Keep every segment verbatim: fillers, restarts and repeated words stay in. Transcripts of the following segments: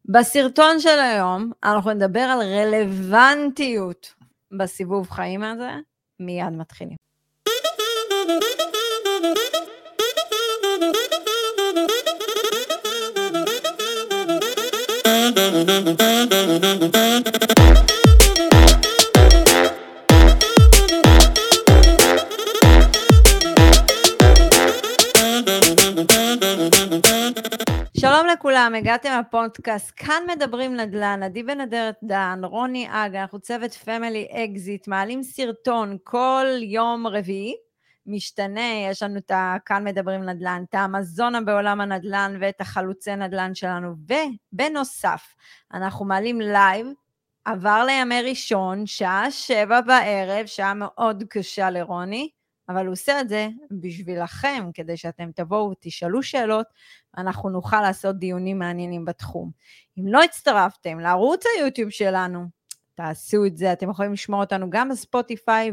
בסרטון של היום, אנחנו נדבר על רלוונטיות בסיבוב חיים הזה, מיד מתחילים. שלום לכולם, הגעתם לפודקאסט, כאן מדברים נדל"ן, עדי בן אדרת דן, רוני אגה, אנחנו צוות פמילי אקזיט, מעלים סרטון כל יום רביעי, משתנה, יש לנו את כאן מדברים נדל"ן, את האמזונה בעולם הנדל"ן ואת החלוצי נדל"ן שלנו, ובנוסף, אנחנו מעלים לייב, עבר לימי ראשון, שעה שבע בערב, שעה מאוד קשה לרוני, אבל הוא עושה את זה בשבילכם, כדי שאתם תבואו ותשאלו שאלות, אנחנו נוכל לעשות דיונים מעניינים בתחום. אם לא הצטרפתם לערוץ היוטיוב שלנו, תעשו את זה, אתם יכולים לשמוע אותנו גם בספוטיפיי,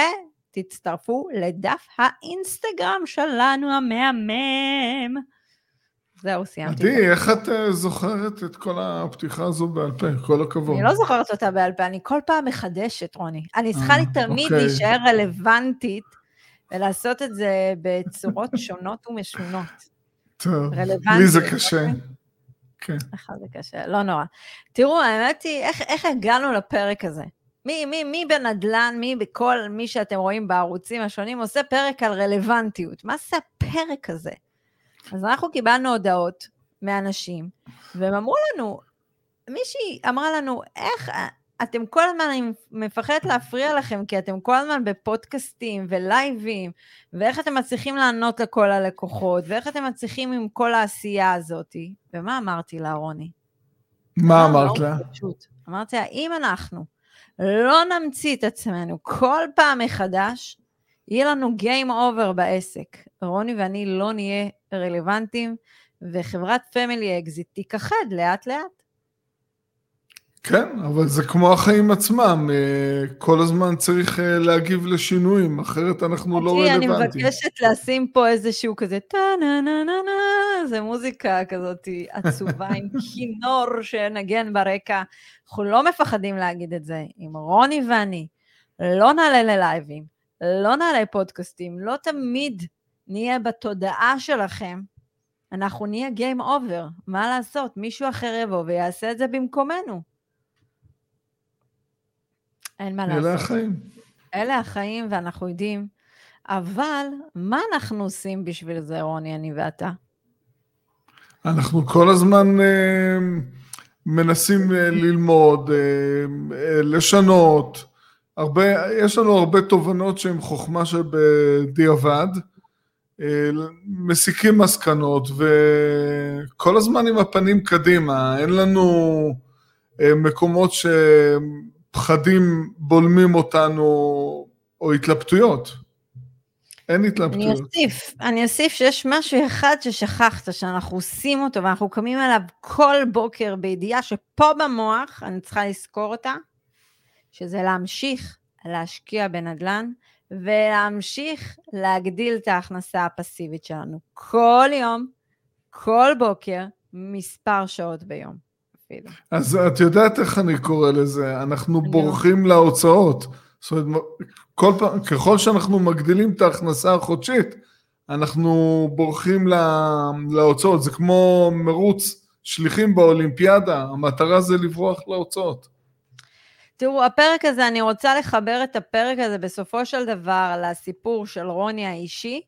ותצטרפו לדף האינסטגרם שלנו המהמם. זהו, סיימתי. עדי, איך את זוכרת את כל הפתיחה הזו בעל פה? כל הכבוד. אני לא זוכרת אותה בעל פה, אני כל פעם מחדשת, רוני. אני צריכה לי תמיד להישאר רלוונטית, ולעשות את זה בצורות שונות ומשונות. טוב, לי זה קשה. כן. איך זה קשה, לא נורא. תראו, האמת היא, איך, איך הגענו לפרק הזה? מי, מי, מי בנדל"ן, מי בכל, מי שאתם רואים בערוצים השונים, עושה פרק על רלוונטיות. מה זה הפרק הזה? אז אנחנו קיבלנו הודעות מאנשים, והם אמרו לנו, מישהי אמרה לנו, איך, אתם כל הזמן, אני מפחדת להפריע לכם, כי אתם כל הזמן בפודקאסטים ולייבים, ואיך אתם מצליחים לענות לכל הלקוחות, ואיך אתם מצליחים עם כל העשייה הזאת. ומה אמרתי לה, רוני? מה אמרת לה? פשוט. אמרתי לה, אם אנחנו לא נמציא את עצמנו כל פעם מחדש, יהיה לנו גיים אובר בעסק. רוני ואני לא נהיה רלוונטיים, וחברת פמילי אקזיט תיכחד לאט לאט. כן, אבל זה כמו החיים עצמם, כל הזמן צריך להגיב לשינויים, אחרת אנחנו לא רלוונטיים. אני מבקשת לשים פה איזשהו כזה, טה-נה-נה-נה-נה, זה מוזיקה כזאת עצובה עם כינור שנגן ברקע, אנחנו לא מפחדים להגיד את זה, אם רוני ואני לא נעלה ללייבים, לא נעלה פודקאסטים, לא תמיד נהיה בתודעה שלכם, אנחנו נהיה גיים אובר, מה לעשות? מישהו אחר יבוא ויעשה את זה במקומנו. אין מה לעשות. אלה החיים. אלה החיים ואנחנו יודעים, אבל מה אנחנו עושים בשביל זה, רוני, אני ואתה? אנחנו כל הזמן אה, מנסים אה, ללמוד, אה, אה, לשנות, הרבה, יש לנו הרבה תובנות שהן חוכמה שבדיעבד, אה, מסיקים מסקנות וכל הזמן עם הפנים קדימה, אין לנו אה, מקומות ש... פחדים בולמים אותנו, או התלבטויות. אין התלבטויות. אני אוסיף, אני אוסיף שיש משהו אחד ששכחת, שאנחנו עושים אותו, ואנחנו קמים עליו כל בוקר בידיעה שפה במוח, אני צריכה לזכור אותה, שזה להמשיך להשקיע בנדל"ן, ולהמשיך להגדיל את ההכנסה הפסיבית שלנו. כל יום, כל בוקר, מספר שעות ביום. אז את יודעת איך אני קורא לזה, אנחנו בורחים להוצאות, זאת אומרת, כל פעם, ככל שאנחנו מגדילים את ההכנסה החודשית, אנחנו בורחים לה, להוצאות, זה כמו מרוץ שליחים באולימפיאדה, המטרה זה לברוח להוצאות. תראו, הפרק הזה, אני רוצה לחבר את הפרק הזה בסופו של דבר לסיפור של רוני האישי,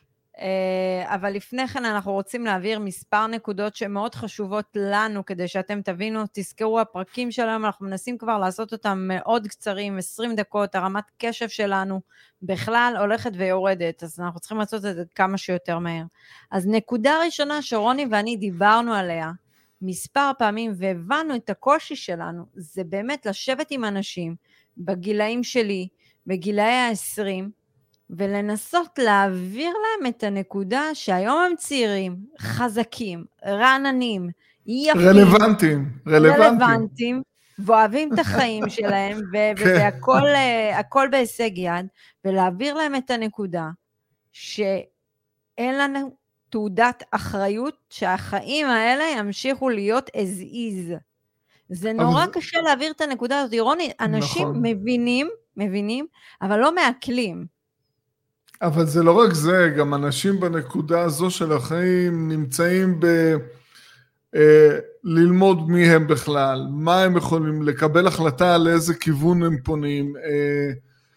אבל לפני כן אנחנו רוצים להעביר מספר נקודות שמאוד חשובות לנו, כדי שאתם תבינו, תזכרו הפרקים שלנו, אנחנו מנסים כבר לעשות אותם מאוד קצרים, עשרים דקות, הרמת קשב שלנו בכלל הולכת ויורדת, אז אנחנו צריכים לעשות את זה כמה שיותר מהר. אז נקודה ראשונה שרוני ואני דיברנו עליה, מספר פעמים והבנו את הקושי שלנו, זה באמת לשבת עם אנשים, בגילאים שלי, בגילאי העשרים, ולנסות להעביר להם את הנקודה שהיום הם צעירים, חזקים, רעננים, יפים, רלוונטיים, רלוונטיים, רלוונטיים ואוהבים את החיים שלהם, וזה הכל, הכל בהישג יד, ולהעביר להם את הנקודה שאין לנו to תעודת אחריות שהחיים האלה ימשיכו להיות as is. זה נורא זה... קשה להעביר את הנקודה הזאת, רוני, אנשים נכון. מבינים, מבינים, אבל לא מעכלים. אבל זה לא רק זה, גם אנשים בנקודה הזו של החיים נמצאים ב... אה, ללמוד מי הם בכלל, מה הם יכולים לקבל החלטה על איזה כיוון הם פונים, אה,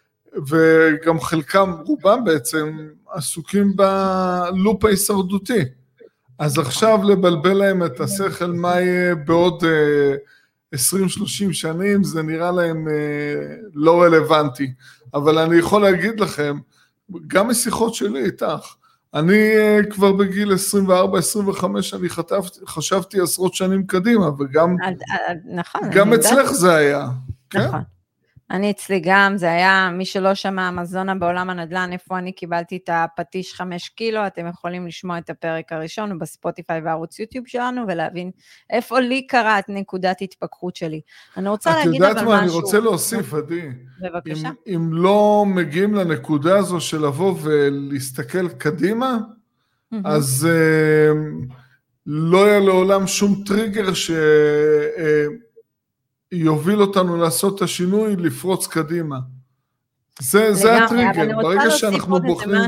וגם חלקם, רובם בעצם, עסוקים בלופ ההישרדותי. אז עכשיו לבלבל להם את השכל מה יהיה בעוד אה, עשרים שלושים שנים, זה נראה להם אה, לא רלוונטי. אבל אני יכול להגיד לכם, גם משיחות שלי איתך, אני uh, כבר בגיל עשרים וארבע עשרים וחמש, אני חטפתי, חשבתי עשרות שנים קדימה, וגם נכון, גם אצלך זה היה. נכון. כן? אני אצלי גם, זה היה, מי שלא שמע אמזונה בעולם הנדל"ן, איפה אני קיבלתי את הפטיש חמש קילו, אתם יכולים לשמוע את הפרק הראשון, בספוטיפיי וערוץ יוטיוב שלנו, ולהבין איפה לי קרה את נקודת התפכחות שלי. אני רוצה להגיד אבל משהו. את יודעת מה, אני רוצה להוסיף, עדי. בבקשה. אם, אם לא מגיעים לנקודה הזו של לבוא ולהסתכל קדימה, אז uh, לא יהיה לעולם שום טריגר ש... Uh, יוביל אותנו לעשות את השינוי, לפרוץ קדימה. זה, זה הטריגר, ברגע שאנחנו בוחרים...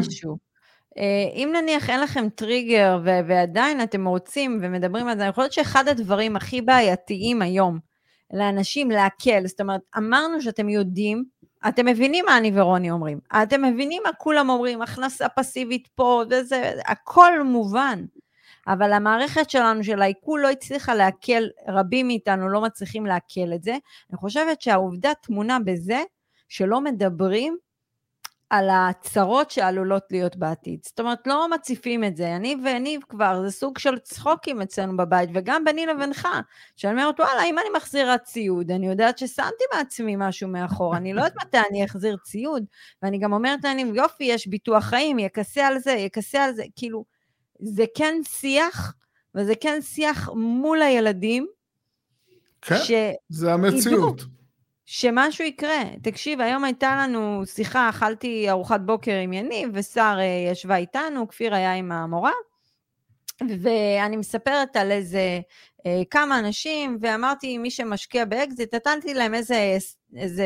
אם נניח אין לכם טריגר, ו- ועדיין אתם רוצים ומדברים על זה, אני חושבת שאחד הדברים הכי בעייתיים היום, לאנשים להקל, זאת אומרת, אמרנו שאתם יודעים, אתם מבינים מה אני ורוני אומרים, אתם מבינים מה כולם אומרים, הכנסה פסיבית פה, וזה, הכל מובן, אבל המערכת שלנו של העיכול לא הצליחה להקל, רבים מאיתנו לא מצליחים להקל את זה, אני חושבת שהעובדה תמונה בזה, שלא מדברים על הצרות שעלולות להיות בעתיד, זאת אומרת לא מציפים את זה, אני ואני כבר, זה סוג של צחוקים אצלנו בבית, וגם ביני לבינך, שאני אומרת וואלה, אם אני מחזירה ציוד, אני יודעת ששמתי מעצמי משהו מאחור, אני לא יודעת מתי אני אחזיר ציוד, ואני גם אומרת אני, יופי, יש ביטוח חיים, יקסה על זה, יקסה על זה, כאילו, זה כן שיח, וזה כן שיח מול הילדים, כן, זה המציאות. שמשהו יקרה. תקשיב, היום הייתה לנו שיחה, אכלתי ארוחת בוקר עם יניב, ושר ישבה איתנו, כפיר היה עם המורה, ואני מספרת על איזה כמה אנשים, ואמרתי, מי שמשקיע באקזיט, נתנתי להם איזה, איזה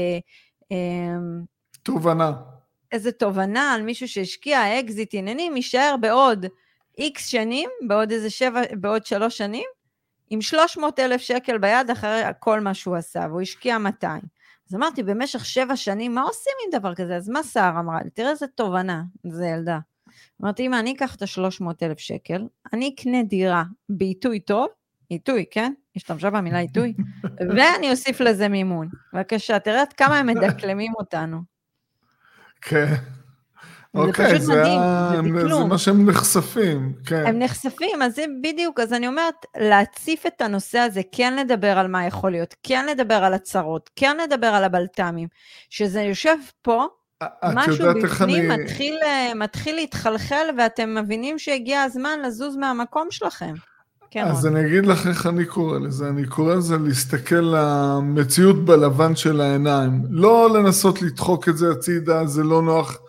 תובנה. איזה תובנה על מישהו שהשקיע אקזיט עניינים, יישאר בעוד איקס שנים, בעוד איזה שבע, בעוד שלוש שנים, עם שלוש מאות אלף שקל ביד אחרי כל מה שהוא עשה, והוא השקיע מאתיים. אז אמרתי, במשך שבע שנים, מה עושים עם דבר כזה? אז מה שר אמרה לי? תראה איזה תובנה, זה ילדה. אמרתי, אמא, אני אקח את ה-שלוש מאות אלף שקל, אני אקנה דירה בעיתוי טוב, עיתוי, כן? השתמשה במילה עיתוי, ואני אוסיף לזה מימון. בבקשה, תראה את כמה הם מדקלמים אותנו. כן. זה פשוט מדהים, זה זה מה שהם נחשפים, כן. הם נחשפים, אז זה בדיוק, אז אני אומרת, להציף את הנושא הזה, כן לדבר על מה יכול להיות, כן לדבר על הצרות, כן לדבר על הבלטמים, שזה יושב פה, משהו בפנים מתחיל, מתחיל להתחלחל, ואתם מבינים שהגיע הזמן לזוז מהמקום שלכם. כן, אז אני אגיד לך איך אני קורא לזה, אני קורא לזה להסתכל למציאות בלבן של העיניים, לא לנסות לדחוק את זה הצידה, זה לא נוח,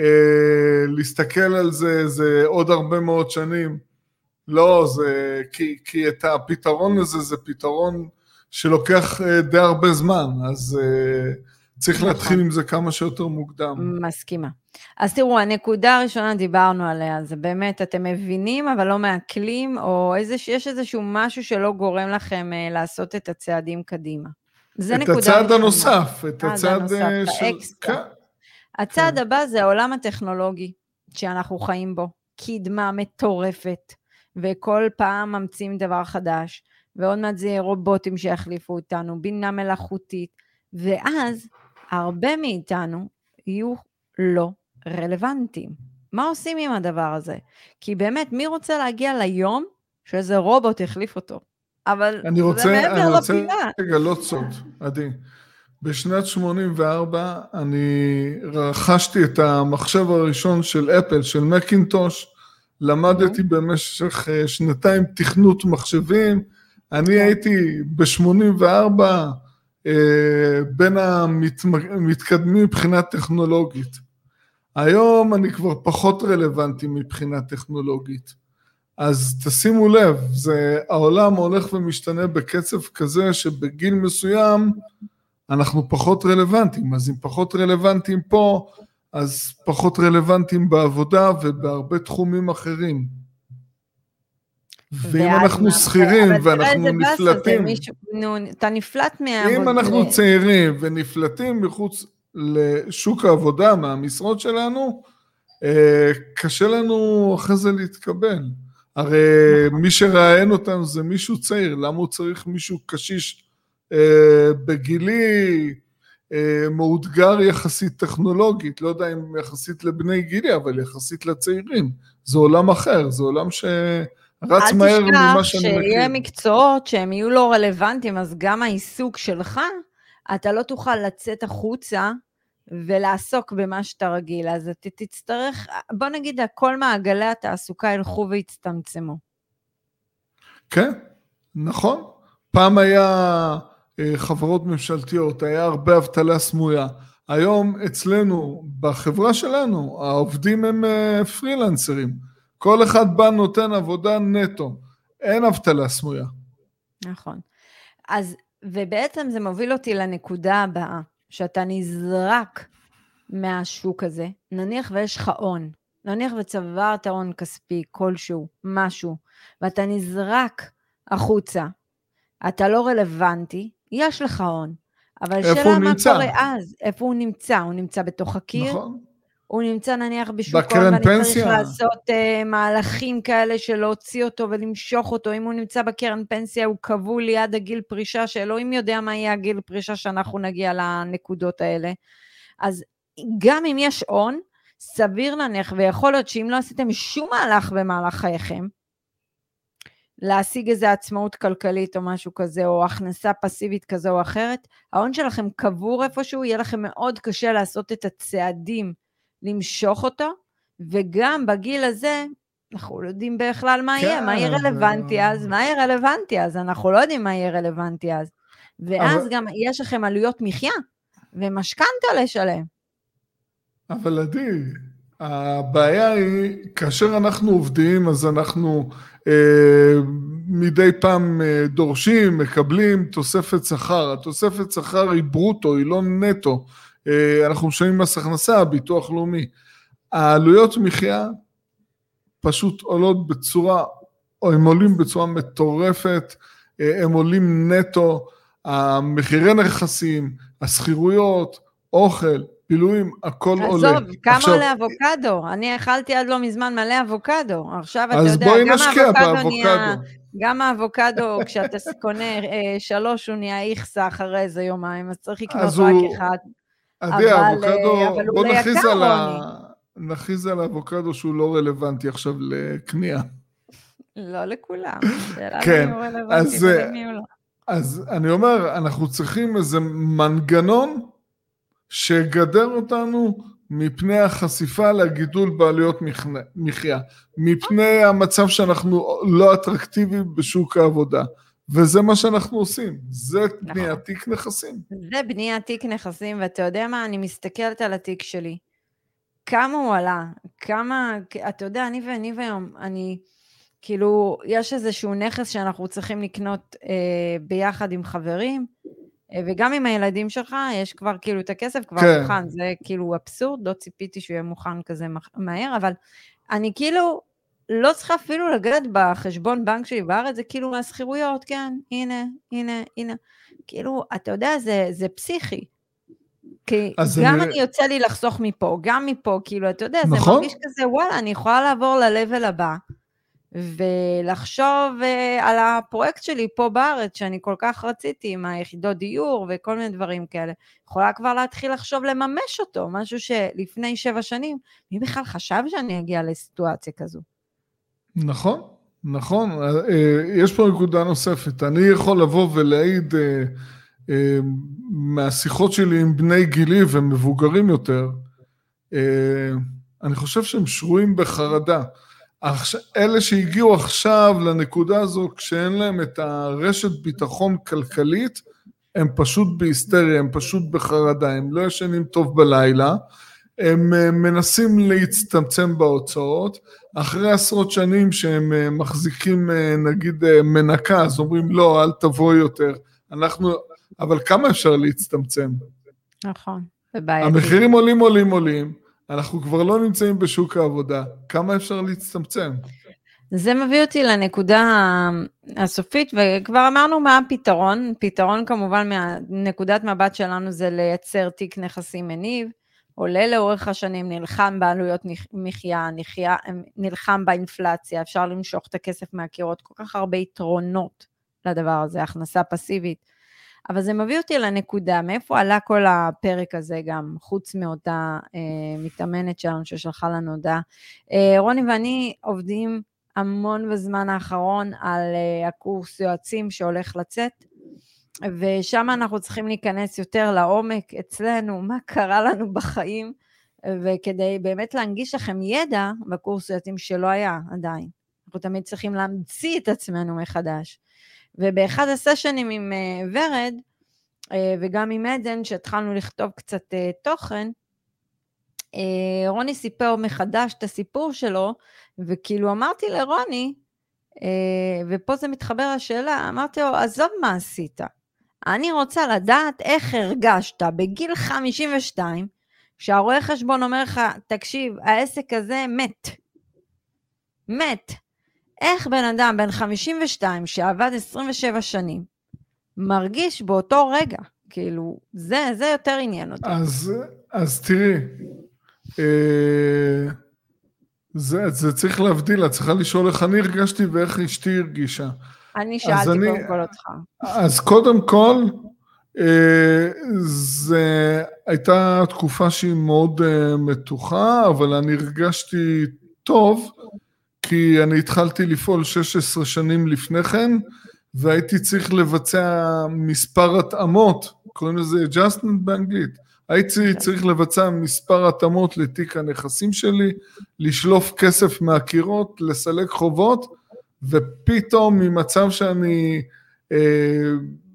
להסתכל על זה, זה עוד הרבה מאוד שנים, לא, זה, כי, כי את הפתרון הזה, זה פתרון שלוקח די הרבה זמן, אז צריך להתחיל עם זה כמה שיותר מוקדם. מסכימה. אז תראו, הנקודה הראשונה דיברנו עליה, זה באמת, אתם מבינים, אבל לא מעכלים, או איזה, יש איזשהו משהו שלא גורם לכם לעשות את הצעדים קדימה. זה את נקודה הצעד ראשונה. הנוסף, את הצעד של... האקסטרה. הצעד הבא זה העולם הטכנולוגי שאנחנו חיים בו, קדמה מטורפת, וכל פעם ממציאים דבר חדש, ועוד מעט זה יהיה רובוטים שיחליפו אותנו, בינה מלאכותית, ואז הרבה מאיתנו יהיו לא רלוונטיים. מה עושים עם הדבר הזה? כי באמת, מי רוצה להגיע ליום שאיזה רובוט יחליף אותו? אבל אני רוצה, זה מעבר אני רוצה לפינה. לגלות סוד, עדי. בשנת שמונים וארבע אני רכשתי את המחשב הראשון של אפל, של מקינטוש, למדתי במשך שנתיים תכנות מחשבים, אני הייתי ב-שמונים וארבע בין המתקדמים מבחינה טכנולוגית. היום אני כבר פחות רלוונטי מבחינה טכנולוגית. אז תשימו לב, זה, העולם הולך ומשתנה בקצב כזה שבגיל מסוים אנחנו פחות רלוונטיים. אז אם פחות רלוונטיים פה, אז פחות רלוונטיים בעבודה ובהרבה תחומים אחרים. ואם אנחנו שכירים ואנחנו נפלטים, אתה נפלט מהעבודה. אם אנחנו צעירים ונפלטים מחוץ לשוק העבודה מהמשרות שלנו, קשה לנו אחרי זה להתקבל. הרי מי שראיין אותנו זה מישהו צעיר, למה הוא צריך מישהו קשיש בגילי, מאותגר יחסית טכנולוגית, לא יודע אם יחסית לבני גילי, אבל יחסית לצעירים. זה עולם אחר, זה עולם שרץ מהר ממה שאני מכיר. אל תשכח שיהיה מקצועות שהם יהיו לא רלוונטיים, אז גם העיסוק שלך, אתה לא תוכל לצאת החוצה ולעסוק במה שאתה רגיל, אז אתה תצטרך, בוא נגיד, כל מעגלי התעסוקה ילכו והצטמצמו. כן, נכון. פעם היה חברות ממשלתיות, היה הרבה אבטלה סמויה. היום אצלנו, בחברה שלנו, העובדים הם פרילנסרים. כל אחד בא נותן עבודה נטו. אין אבטלה סמויה. נכון. אז, ובעצם זה מוביל אותי לנקודה הבאה, שאתה נזרק מהשוק הזה, נניח ויש לך הון, נניח וצברת הון כספי, כלשהו, משהו, ואתה נזרק החוצה, אתה לא רלוונטי, יש לך הון, אבל שאלה מה קורה אז, איפה הוא נמצא? הוא נמצא בתוך הקיר? נכון. הוא נמצא נניח בשוק הון, ואני צריך לעשות uh, מהלכים כאלה של להוציא אותו ולמשוך אותו, אם הוא נמצא בקרן פנסיה, הוא קבול ליד הגיל פרישה, שאלוהים יודע מה יהיה הגיל פרישה, שאנחנו נגיע לנקודות האלה. אז גם אם יש הון, סביר נניח, ויכול להיות שאם לא עשיתם שום מהלך במהלך חייכם, להשיג איזו עצמאות כלכלית או משהו כזה, או הכנסה פסיבית כזו או אחרת, ההון שלכם קבור איפשהו, יהיה לכם מאוד קשה לעשות את הצעדים, למשוך אותו, וגם בגיל הזה, אנחנו לא יודעים בכלל מה יהיה, מה יהיה רלוונטי אז, מה יהיה רלוונטי אז, אנחנו לא יודעים מה יהיה רלוונטי אז, ואז גם יש לכם עלויות מחיה, ומשכנתה לשלם. אבל עדי, הבעיה היא, כאשר אנחנו עובדים, אז אנחנו אה, מדי פעם אה, דורשים, מקבלים תוספת שכר, התוספת שכר היא ברוטו, היא לא נטו, אה, אנחנו משלמים מס הכנסה, ביטוח לאומי, העלויות מחיה פשוט עולות בצורה, או הם עולים בצורה מטורפת, אה, הם עולים נטו, המחירי נכסים, הסחירויות, אוכל, פילויים, הכל עולה. עזוב, כמה עכשיו, עולה אבוקדו? אני אכלתי עד לא מזמן מלא אבוקדו. עכשיו אתה יודע, גם האבוקדו נהיה, גם האבוקדו, כשאתה קונה אה, שלוש, הוא נהיה איכסה אחרי איזה יומיים, אז צריך לקנות רק הוא, אחד. עדי, האבוקדו, בוא נכריז על, ה... נכריז על האבוקדו שהוא לא רלוונטי עכשיו לקנייה. לא לכולם. כן, אז, אז אני אומר, אנחנו צריכים איזה מנגנון, שגדר אותנו מפני החשיפה לגידול בעלויות מחיה, מפני המצב שאנחנו לא אטרקטיביים בשוק העבודה, וזה מה שאנחנו עושים, זה בניית תיק נכסים. זה בניית תיק נכסים, ואתה יודע מה, אני מסתכלת על התיק שלי, כמה הוא עלה, כמה, אתה יודע, אני ואני והיום, אני, כאילו, יש איזשהו נכס שאנחנו צריכים לקנות אה, ביחד עם חברים, וגם עם הילדים שלך, יש כבר כאילו את הכסף, כבר כן. מוכן, זה כאילו אבסורד, לא ציפיתי שהוא יהיה מוכן כזה מהר, אבל אני כאילו לא צריכה אפילו לגעת בחשבון בנק שלי בארץ, זה כאילו מהסחירויות, כן, הנה, הנה, הנה, כאילו, אתה יודע, זה, זה פסיכי, כי גם אני... אני יוצא לי לחסוך מפה, גם מפה, כאילו, אתה יודע, נכון? זה מרגיש כזה, וואלה, אני יכולה לעבור ללבל הבא, ולחשוב על הפרויקט שלי פה בארץ, שאני כל כך רציתי, עם היחידות דיור וכל מיני דברים כאלה, יכולה כבר להתחיל לחשוב לממש אותו, משהו שלפני שבע שנים, מי בכלל חשב שאני אגיע לסיטואציה כזו? נכון, נכון, יש פה נקודה נוספת, אני יכול לבוא ולהעיד מהשיחות שלי עם בני גילי ומבוגרים יותר, אני חושב שהם שרויים בחרדה, אלה שהגיעו עכשיו לנקודה הזו, כשאין להם את הרשת ביטחון כלכלית, הם פשוט בהיסטריה, הם פשוט בחרדה, הם לא ישנים טוב בלילה, הם מנסים להצטמצם בהוצאות, אחרי עשרות שנים שהם מחזיקים נגיד מנקה, אז אומרים לא, אל תבוא יותר, אנחנו, אבל כמה אפשר להצטמצם? נכון, בבעייתי. המחירים עולים, עולים, עולים, אנחנו כבר לא נמצאים בשוק העבודה, כמה אפשר להצטמצם? זה מביא אותי לנקודה הסופית, וכבר אמרנו מה הפתרון, פתרון כמובן מהנקודת מבט שלנו זה לייצר תיק נכסים מניב, עולה לאורך השנים, נלחם בעלויות מחיה, נלחם באינפלציה, אפשר למשוך את הכסף מהקירות, כל כך הרבה יתרונות לדבר הזה, הכנסה פסיבית, אבל זה מביא אותי לנקודה, מאיפה עלה כל הפרק הזה גם, חוץ מאותה אה, מתאמנת שלנו ששלחה לנו הודעה, אה, רוני ואני עובדים המון בזמן האחרון על uh, הקורס יועצים שהולך לצאת, ושם אנחנו צריכים להיכנס יותר לעומק אצלנו, מה קרה לנו בחיים, וכדי באמת להנגיש לכם ידע בקורס יועצים שלא היה עדיין. אנחנו תמיד צריכים להמציא את עצמנו מחדש. ובאחד הסשנים עם uh, ורד, uh, וגם עם עדן, שהתחלנו לכתוב קצת uh, תוכן, uh, רוני סיפר מחדש את הסיפור שלו, וכאילו אמרתי לרוני, ופה זה מתחבר לשאלה, אמרתי לו, עזוב מה עשית, אני רוצה לדעת איך הרגשת בגיל חמישים ושתיים, שהרואה חשבון אומר לך, תקשיב, העסק הזה מת, מת, איך בן אדם בן חמישים ושתיים שעבד עשרים ושבע שנים, מרגיש באותו רגע, כאילו, זה, זה יותר עניין אותי. אז, אז תראי, אה... זה, זה צריך להבדיל, את צריכה לשאול איך אני הרגשתי ואיך אשתי הרגישה. אני שאלתי אני, קודם כל אותך. אז קודם כל, זה הייתה תקופה שהיא מאוד מתוחה, אבל אני הרגשתי טוב, כי אני התחלתי לפעול שש עשרה שנים לפני כן, והייתי צריך לבצע מספר התאמות, קוראים לזה adjustment באנגלית, הייתי צריך לבצע מספר התאמות לתיק הנכסים שלי, לשלוף כסף מהקירות, לסלק חובות, ופתאום ממצב שאני אה,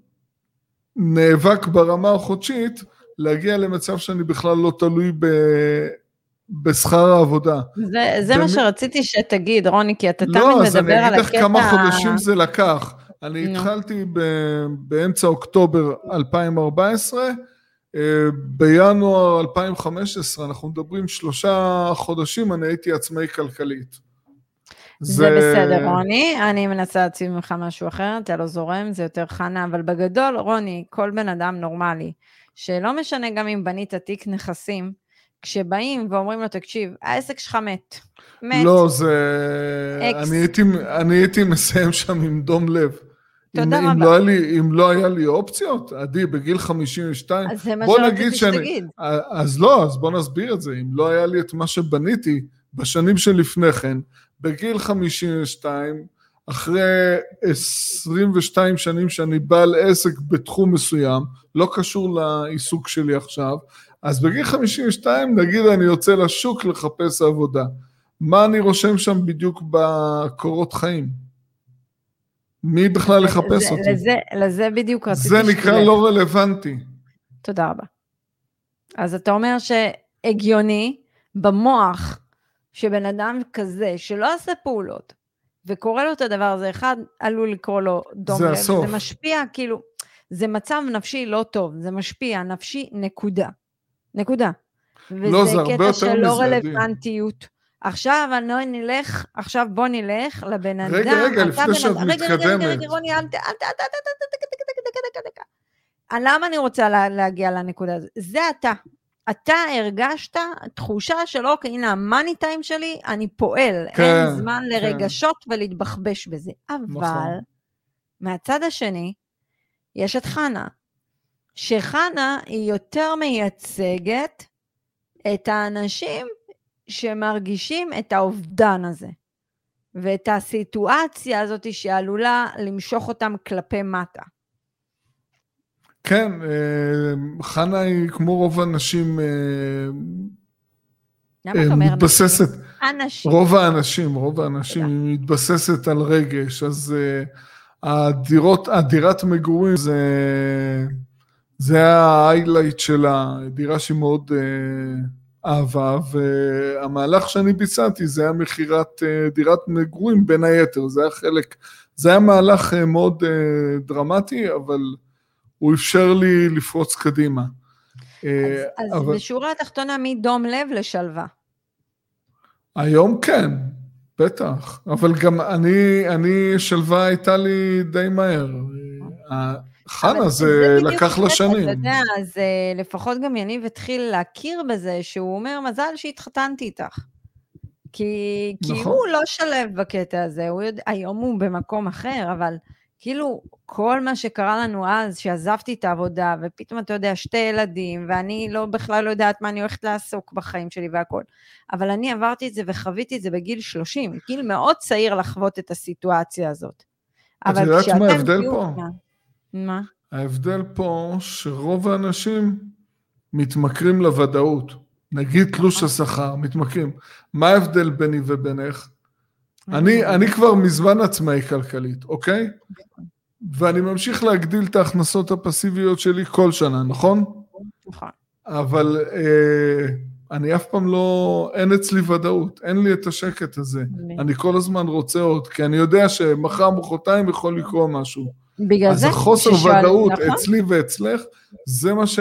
נאבק ברמה החודשית, להגיע למצב שאני בכלל לא תלוי ב, בשכר העבודה. זה, זה במ... מה שרציתי שתגיד, רוני, כי אתה תמיד לא, מדבר על הקטע... לא, אז אני אגיד לך כמה חודשים זה לקח. אני no. התחלתי ב, באמצע אוקטובר אלפיים וארבע עשרה, בינואר אלפיים וחמש עשרה, אנחנו מדברים שלושה חודשים, אני הייתי עצמאי כלכלית. זה, זה בסדר, רוני, אני מנסה להציב ממך משהו אחר, אתה לא זורם, זה יותר חנה, אבל בגדול, רוני, כל בן אדם נורמלי, שלא משנה גם אם בנית תיק נכסים, כשבאים ואומרים לו, תקשיב, העסק שלך מת. מת. לא, זה... אני הייתי, אני הייתי מסיים שם עם דום לב. אם, אם, לא לי, אם לא היה לי אופציות, עדי, בגיל חמישים ושתיים, אז זה מה שרציתי שתגיד. אז לא, אז בוא נסביר את זה, אם לא היה לי את מה שבניתי בשנים שלפני כן, בגיל חמישים ושתיים, אחרי עשרים ושתיים שנים שאני בעל עסק בתחום מסוים, לא קשור לעיסוק שלי עכשיו, אז בגיל חמישים ושתיים, נגיד אני יוצא לשוק לחפש עבודה, מה אני רושם שם בדיוק בקורות חיים? מי בכלל לחפש אותי? לזה, לזה בדיוק רציתי זה נקרא לא רלוונטי. תודה רבה. אז אתה אומר שהגיוני במוח שבן אדם כזה שלא עושה פעולות וקורא לו את הדבר הזה, אחד עלול לקרוא לו דום לב, זה משפיע כאילו, זה מצב נפשי לא טוב, זה משפיע נפשי נקודה. נקודה. לא, זה הרבה יותר מזה. וזה קטע שלא רלוונטיות. עכשיו אני נלך, עכשיו בוא נלך לבן אדם. רגע, רגע, לפני שאת מתקדמת. רגע, רגע, רגע, רוני, אל ת... למה אני רוצה להגיע לנקודה הזאת? זה אתה. אתה הרגשת תחושה של אוקיי, הנה המאני טיים שלי, אני פועל, אין זמן לרגשות ולהתבחבש בזה. אבל מהצד השני, יש את חנה, שחנה היא יותר מייצגת את האנשים שמרגישים את האובדן הזה, ואת הסיטואציה הזאת שעלולה למשוך אותם כלפי מטה. כן, חנה היא כמו רוב האנשים מתבססת, רוב האנשים, רוב האנשים היא מתבססת על רגש, אז הדירות, הדירת מגורים זה, זה ההיילייט שלה, דירה שהיא מאוד אהבה, והמהלך שאני ביצעתי, זה היה מחירת דירת מגורים בין היתר, זה היה חלק, זה היה מהלך מאוד דרמטי, אבל הוא אפשר לי לפרוץ קדימה. אז, אז אבל... בשורה התחתונה מדום לב לשלווה. היום כן, בטח, אבל גם אני, אני שלווה הייתה לי די מהר. חנה, זה לקח לה שנים. אתה יודע, אז לפחות גם יניב התחיל להכיר בזה, שהוא אומר, מזל שהתחתנתי איתך. כי, כי הוא לא שלב בקטע הזה, הוא יודע, היום הוא במקום אחר, אבל כאילו כל מה שקרה לנו אז, שעזבתי את העבודה, ופתאום אתה יודע, שתי ילדים, ואני לא, בכלל לא יודעת מה אני הולכת לעסוק בחיים שלי והכל, אבל אני עברתי את זה וחוויתי את זה בגיל שלושים, גיל מאוד צעיר לחוות את הסיטואציה הזאת. את יודעת מה ההבדל פה? מה? ההבדל פה שרוב האנשים מתמכרים לוודאות, נגיד תלוש השכר, מתמכרים. מה ההבדל ביני ובינך? אני, אני כבר מזמן עצמאי כלכלית, אוקיי? ואני ממשיך להגדיל את ההכנסות הפסיביות שלי כל שנה, נכון? נכון. אבל אה, אני אף פעם לא, אין אצלי ודאות, אין לי את השקט הזה. אני כל הזמן רוצה עוד, כי אני יודע שמחר מחרתיים יכול לקרוא משהו. בגלל זה, אז החוסר ודאות אצלי ואצלך, זה מה ש...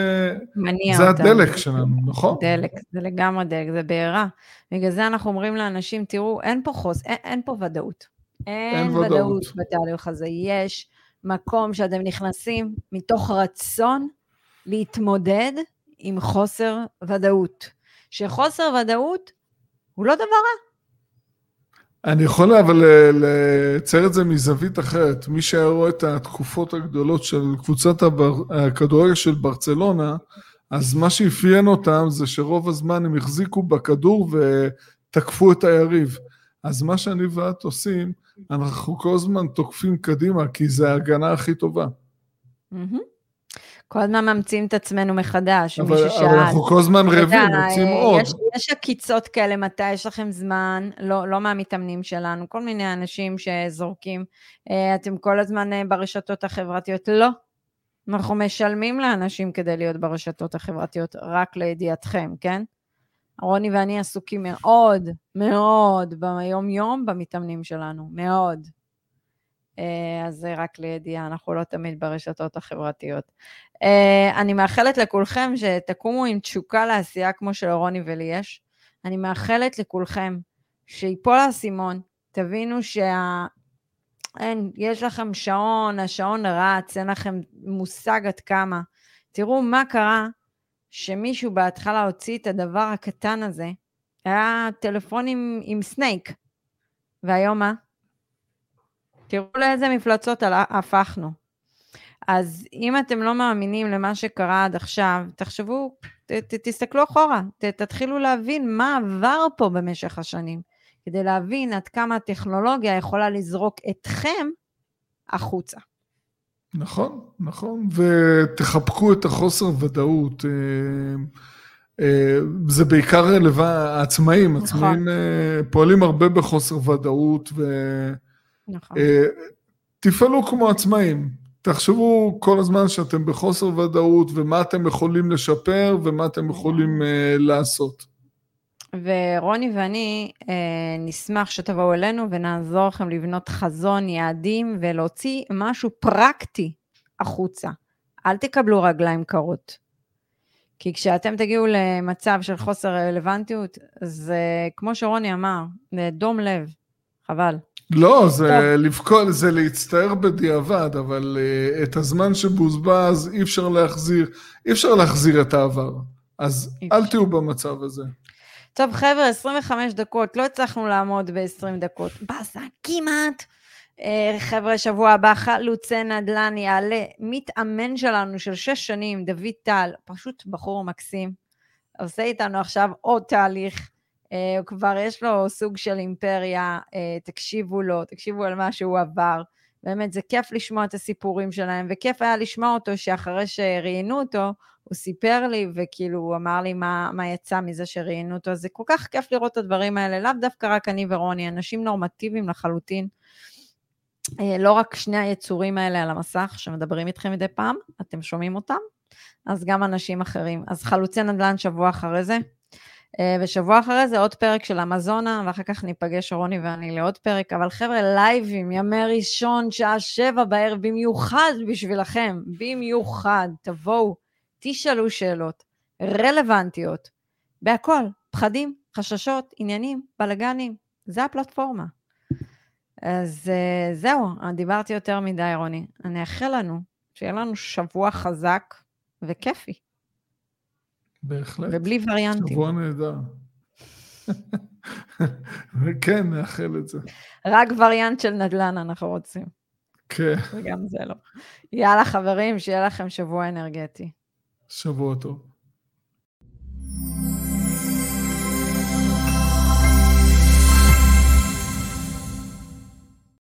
זה הדלק שלנו, נכון? דלק, זה לגמרי דלק, זה בעירה. בגלל זה אנחנו אומרים לאנשים, תראו, אין פה חוס, אין, אין פה ודאות. אין ודאות בתהליך הזה. יש מקום שאתם נכנסים מתוך רצון להתמודד עם חוסר ודאות. שחוסר ודאות הוא לא דבר רע. אני יכול אבל לצייר את זה מזווית אחרת. מי שהיה רואה את התקופות הגדולות של קבוצת הכדורגל של ברצלונה, אז מה שאפיין אותם זה שרוב הזמן הם החזיקו בכדור ותקפו את היריב. אז מה שאני ואת עושים, אנחנו כל הזמן תוקפים קדימה, כי זה ההגנה הכי טובה. כל הזמן ממציאים את עצמנו מחדש, אבל, אבל אנחנו כל הזמן רבים, מוצאים עוד. יש, יש הקיצות כאלה, מתי יש לכם זמן, לא, לא מהמתאמנים שלנו, כל מיני אנשים שזורקים, אתם כל הזמן ברשתות החברתיות, לא. אנחנו משלמים לאנשים כדי להיות ברשתות החברתיות, רק לידיעתכם, כן? רוני ואני עסוקים מאוד, מאוד, ביום יום במתאמנים שלנו, מאוד. אז זה רק לידיעה, אנחנו לא תמיד ברשתות החברתיות. אני מאחלת לכולכם שתקומו עם תשוקה לעשייה כמו של רוני ולי יש. אני מאחלת לכולכם שיפול האסימון, תבינו שה... אין, יש לכם שעון, השעון רץ, אין לכם מושג עד כמה. תראו מה קרה שמישהו בהתחלה הוציא את הדבר הקטן הזה, היה טלפון עם, עם סנייק, והיום מה? תראו לאיזה מפלצות הפכנו. אז אם אתם לא מאמינים למה שקרה עד עכשיו, תחשבו, ת, ת, תסתכלו אחורה, ת, תתחילו להבין מה עבר פה במשך השנים, כדי להבין עד כמה הטכנולוגיה יכולה לזרוק אתכם החוצה. נכון, נכון, ותחבקו את החוסר ודאות, זה בעיקר העצמאים, עצמאים פועלים הרבה בחוסר ודאות, ותפעלו כמו עצמאים, תחשבו כל הזמן שאתם בחוסר ודאות, ומה אתם יכולים לשפר, ומה אתם יכולים לעשות. ורוני ואני אה, נשמח שתבואו אלינו ונעזור לכם לבנות חזון, יעדים ולהוציא משהו פרקטי החוצה. אל תקבלו רגליים קרות. כי כשאתם תגיעו למצב של חוסר רלוונטיות, זה כמו שרוני אמר, זה דום לב, חבל. לא, זה לבכול, זה להצטער בדיעבד, אבל uh, את הזמן שבוזבז אי אפשר להחזיר, אי אפשר להחזיר את העבר. אז אל תהיו במצב הזה. טוב חבר'ה, עשרים וחמש דקות, לא הצלחנו לעמוד ב-עשרים דקות, בזה כמעט. חבר'ה, שבוע הבא, חלוצי נדל"ן יעלה מתאמן שלנו של שש שנים, דוד טל, פשוט בחור מקסים, עושה איתנו עכשיו עוד תהליך, כבר יש לו סוג של אימפריה, תקשיבו לו, תקשיבו על מה שהוא עבר, באמת זה כיף לשמוע את הסיפורים שלהם, וכיף היה לשמוע אותו שאחרי שראיינו אותו, הוא סיפר לי, וכאילו הוא אמר לי מה, מה יצא מזה שראיינו אותו, אז זה כל כך כיף לראות את הדברים האלה, לאו דווקא רק אני ורוני, אנשים נורמטיביים לחלוטין, לא רק שני היצורים האלה על המסך, שמדברים איתכם מדי פעם, אתם שומעים אותם, אז גם אנשים אחרים, אז חלוצי נדל"ן שבוע אחרי זה, ושבוע אחרי זה עוד פרק של אמזונה, ואחר כך ניפגש רוני ואני לעוד פרק, אבל חבר'ה, לייבים, ימי ראשון, שעה שבע בערב, במיוחד בשבילכם, במיוחד, תבואו, תשאלו שאלות, רלוונטיות, בהכל, פחדים, חששות, עניינים, בלגנים, זה הפלטפורמה. אז זהו, דיברתי יותר מדי רוני, אני אאחל לנו, שיהיה לנו שבוע חזק וכיפי. בהחלט. ובלי וריאנטים. שבוע נהדר. וכן, נאחל את זה. רק וריאנט של נדל"ן אנחנו רוצים. כן. וגם זה לא. יאללה חברים, שיהיה לכם שבוע אנרגטי. שבוע טוב.